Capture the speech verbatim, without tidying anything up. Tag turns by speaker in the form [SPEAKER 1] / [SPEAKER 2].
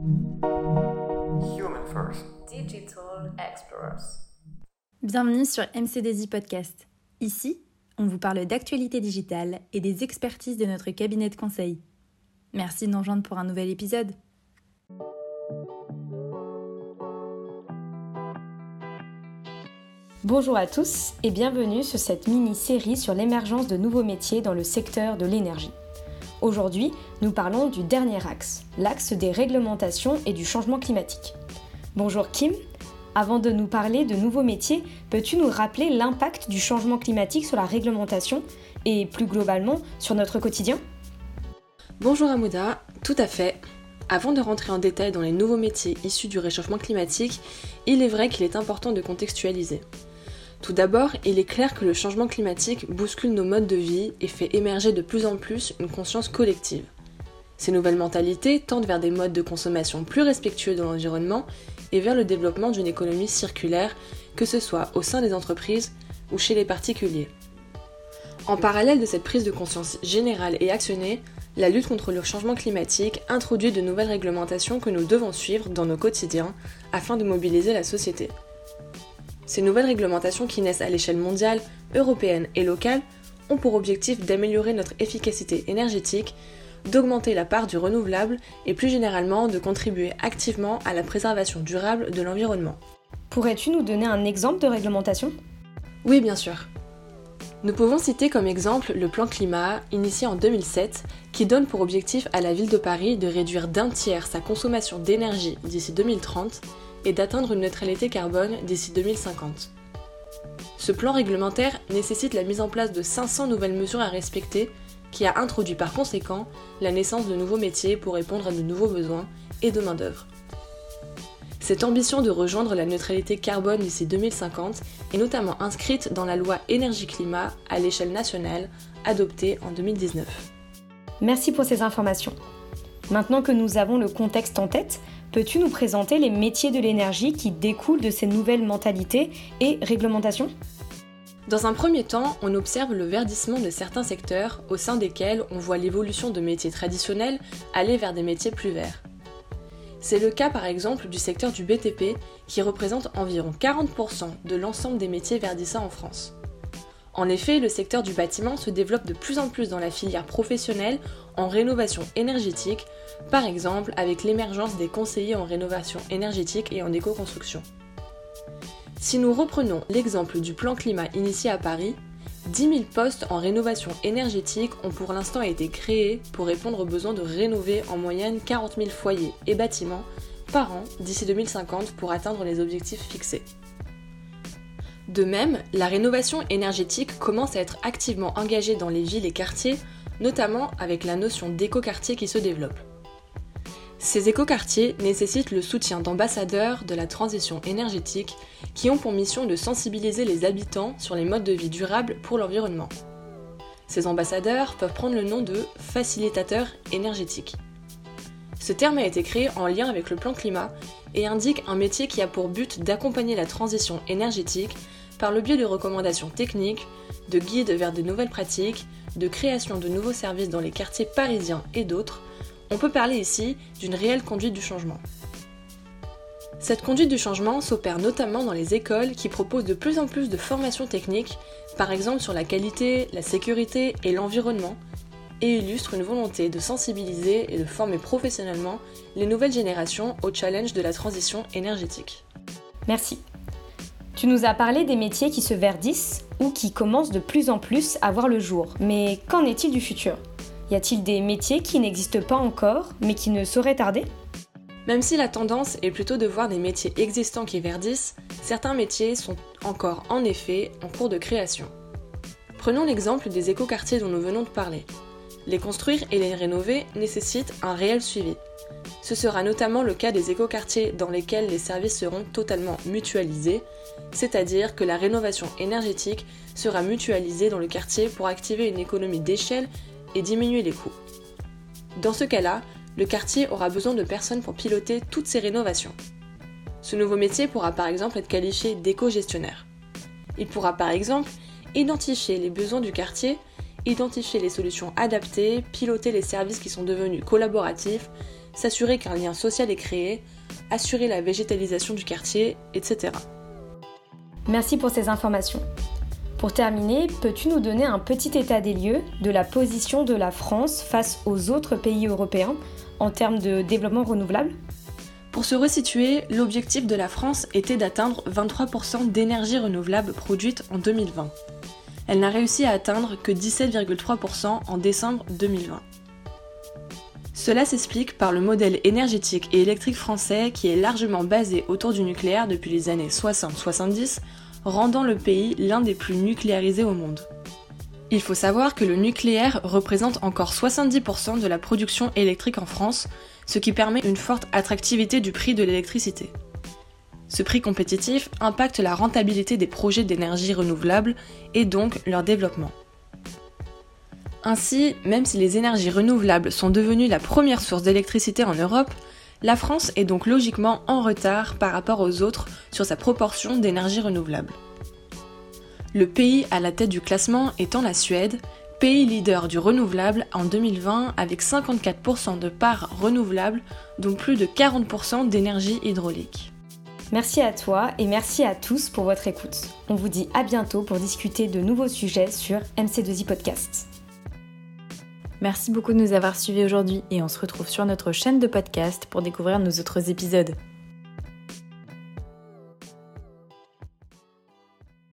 [SPEAKER 1] Human First.
[SPEAKER 2] Digital Explorers.
[SPEAKER 3] Bienvenue sur M C D I Podcast. Ici, on vous parle d'actualité digitale et des expertises de notre cabinet de conseil. Merci de nous rejoindre pour un nouvel épisode.
[SPEAKER 4] Bonjour à tous et bienvenue sur cette mini-série sur l'émergence de nouveaux métiers dans le secteur de l'énergie. Aujourd'hui, nous parlons du dernier axe, l'axe des réglementations et du changement climatique. Bonjour Kim, avant de nous parler de nouveaux métiers, peux-tu nous rappeler l'impact du changement climatique sur la réglementation et plus globalement sur notre quotidien ?
[SPEAKER 5] Bonjour Amouda, tout à fait. Avant de rentrer en détail dans les nouveaux métiers issus du réchauffement climatique, il est vrai qu'il est important de contextualiser. Tout d'abord, il est clair que le changement climatique bouscule nos modes de vie et fait émerger de plus en plus une conscience collective. Ces nouvelles mentalités tendent vers des modes de consommation plus respectueux de l'environnement et vers le développement d'une économie circulaire, que ce soit au sein des entreprises ou chez les particuliers. En parallèle de cette prise de conscience générale et actionnée, la lutte contre le changement climatique introduit de nouvelles réglementations que nous devons suivre dans nos quotidiens afin de mobiliser la société. Ces nouvelles réglementations qui naissent à l'échelle mondiale, européenne et locale ont pour objectif d'améliorer notre efficacité énergétique, d'augmenter la part du renouvelable et plus généralement de contribuer activement à la préservation durable de l'environnement.
[SPEAKER 4] Pourrais-tu nous donner un exemple de réglementation ?
[SPEAKER 5] Oui, bien sûr. Nous pouvons citer comme exemple le plan climat, initié en deux mille sept, qui donne pour objectif à la ville de Paris de réduire d'un tiers sa consommation d'énergie d'ici deux mille trente et d'atteindre une neutralité carbone d'ici deux mille cinquante. Ce plan réglementaire nécessite la mise en place de cinq cents nouvelles mesures à respecter, qui a introduit par conséquent la naissance de nouveaux métiers pour répondre à de nouveaux besoins et de main-d'œuvre. Cette ambition de rejoindre la neutralité carbone d'ici deux mille cinquante est notamment inscrite dans la loi énergie-climat à l'échelle nationale, adoptée en deux mille dix-neuf.
[SPEAKER 4] Merci pour ces informations. Maintenant que nous avons le contexte en tête, peux-tu nous présenter les métiers de l'énergie qui découlent de ces nouvelles mentalités et réglementations ?
[SPEAKER 5] Dans un premier temps, on observe le verdissement de certains secteurs au sein desquels on voit l'évolution de métiers traditionnels aller vers des métiers plus verts. C'est le cas par exemple du secteur du B T P qui représente environ quarante pour cent de l'ensemble des métiers verdissants en France. En effet, le secteur du bâtiment se développe de plus en plus dans la filière professionnelle en rénovation énergétique, par exemple avec l'émergence des conseillers en rénovation énergétique et en éco-construction. Si nous reprenons l'exemple du plan climat initié à Paris, dix mille postes en rénovation énergétique ont pour l'instant été créés pour répondre aux besoins de rénover en moyenne quarante mille foyers et bâtiments par an d'ici deux mille cinquante pour atteindre les objectifs fixés. De même, la rénovation énergétique commence à être activement engagée dans les villes et quartiers, notamment avec la notion d'écoquartier qui se développe. Ces écoquartiers nécessitent le soutien d'ambassadeurs de la transition énergétique qui ont pour mission de sensibiliser les habitants sur les modes de vie durables pour l'environnement. Ces ambassadeurs peuvent prendre le nom de facilitateurs énergétiques. Ce terme a été créé en lien avec le plan climat et indique un métier qui a pour but d'accompagner la transition énergétique par le biais de recommandations techniques, de guides vers de nouvelles pratiques, de création de nouveaux services dans les quartiers parisiens et d'autres. On peut parler ici d'une réelle conduite du changement. Cette conduite du changement s'opère notamment dans les écoles qui proposent de plus en plus de formations techniques, par exemple sur la qualité, la sécurité et l'environnement, et illustre une volonté de sensibiliser et de former professionnellement les nouvelles générations au challenge de la transition énergétique.
[SPEAKER 4] Merci. Tu nous as parlé des métiers qui se verdissent ou qui commencent de plus en plus à voir le jour. Mais qu'en est-il du futur ? Y a-t-il des métiers qui n'existent pas encore, mais qui ne sauraient tarder ?
[SPEAKER 5] Même si la tendance est plutôt de voir des métiers existants qui verdissent, certains métiers sont encore en effet en cours de création. Prenons l'exemple des écoquartiers dont nous venons de parler. Les construire et les rénover nécessitent un réel suivi. Ce sera notamment le cas des écoquartiers dans lesquels les services seront totalement mutualisés, c'est-à-dire que la rénovation énergétique sera mutualisée dans le quartier pour activer une économie d'échelle et diminuer les coûts. Dans ce cas-là, le quartier aura besoin de personnes pour piloter toutes ces rénovations. Ce nouveau métier pourra par exemple être qualifié d'éco-gestionnaire. Il pourra par exemple identifier les besoins du quartier, identifier les solutions adaptées, piloter les services qui sont devenus collaboratifs, s'assurer qu'un lien social est créé, assurer la végétalisation du quartier, et cetera.
[SPEAKER 4] Merci pour ces informations. Pour terminer, peux-tu nous donner un petit état des lieux de la position de la France face aux autres pays européens en termes de développement renouvelable ?
[SPEAKER 5] Pour se resituer, l'objectif de la France était d'atteindre vingt-trois pour cent d'énergie renouvelable produite en deux mille vingt. Elle n'a réussi à atteindre que dix-sept virgule trois pour cent en décembre deux mille vingt. Cela s'explique par le modèle énergétique et électrique français qui est largement basé autour du nucléaire depuis les années soixante soixante-dix, rendant le pays l'un des plus nucléarisés au monde. Il faut savoir que le nucléaire représente encore soixante-dix pour cent de la production électrique en France, ce qui permet une forte attractivité du prix de l'électricité. Ce prix compétitif impacte la rentabilité des projets d'énergie renouvelable et donc leur développement. Ainsi, même si les énergies renouvelables sont devenues la première source d'électricité en Europe, la France est donc logiquement en retard par rapport aux autres sur sa proportion d'énergie renouvelable. Le pays à la tête du classement étant la Suède, pays leader du renouvelable en deux mille vingt avec cinquante-quatre pour cent de parts renouvelables, dont plus de quarante pour cent d'énergie hydraulique.
[SPEAKER 4] Merci à toi et merci à tous pour votre écoute. On vous dit à bientôt pour discuter de nouveaux sujets sur M C deux I Podcast.
[SPEAKER 3] Merci beaucoup de nous avoir suivis aujourd'hui et on se retrouve sur notre chaîne de podcast pour découvrir nos autres épisodes.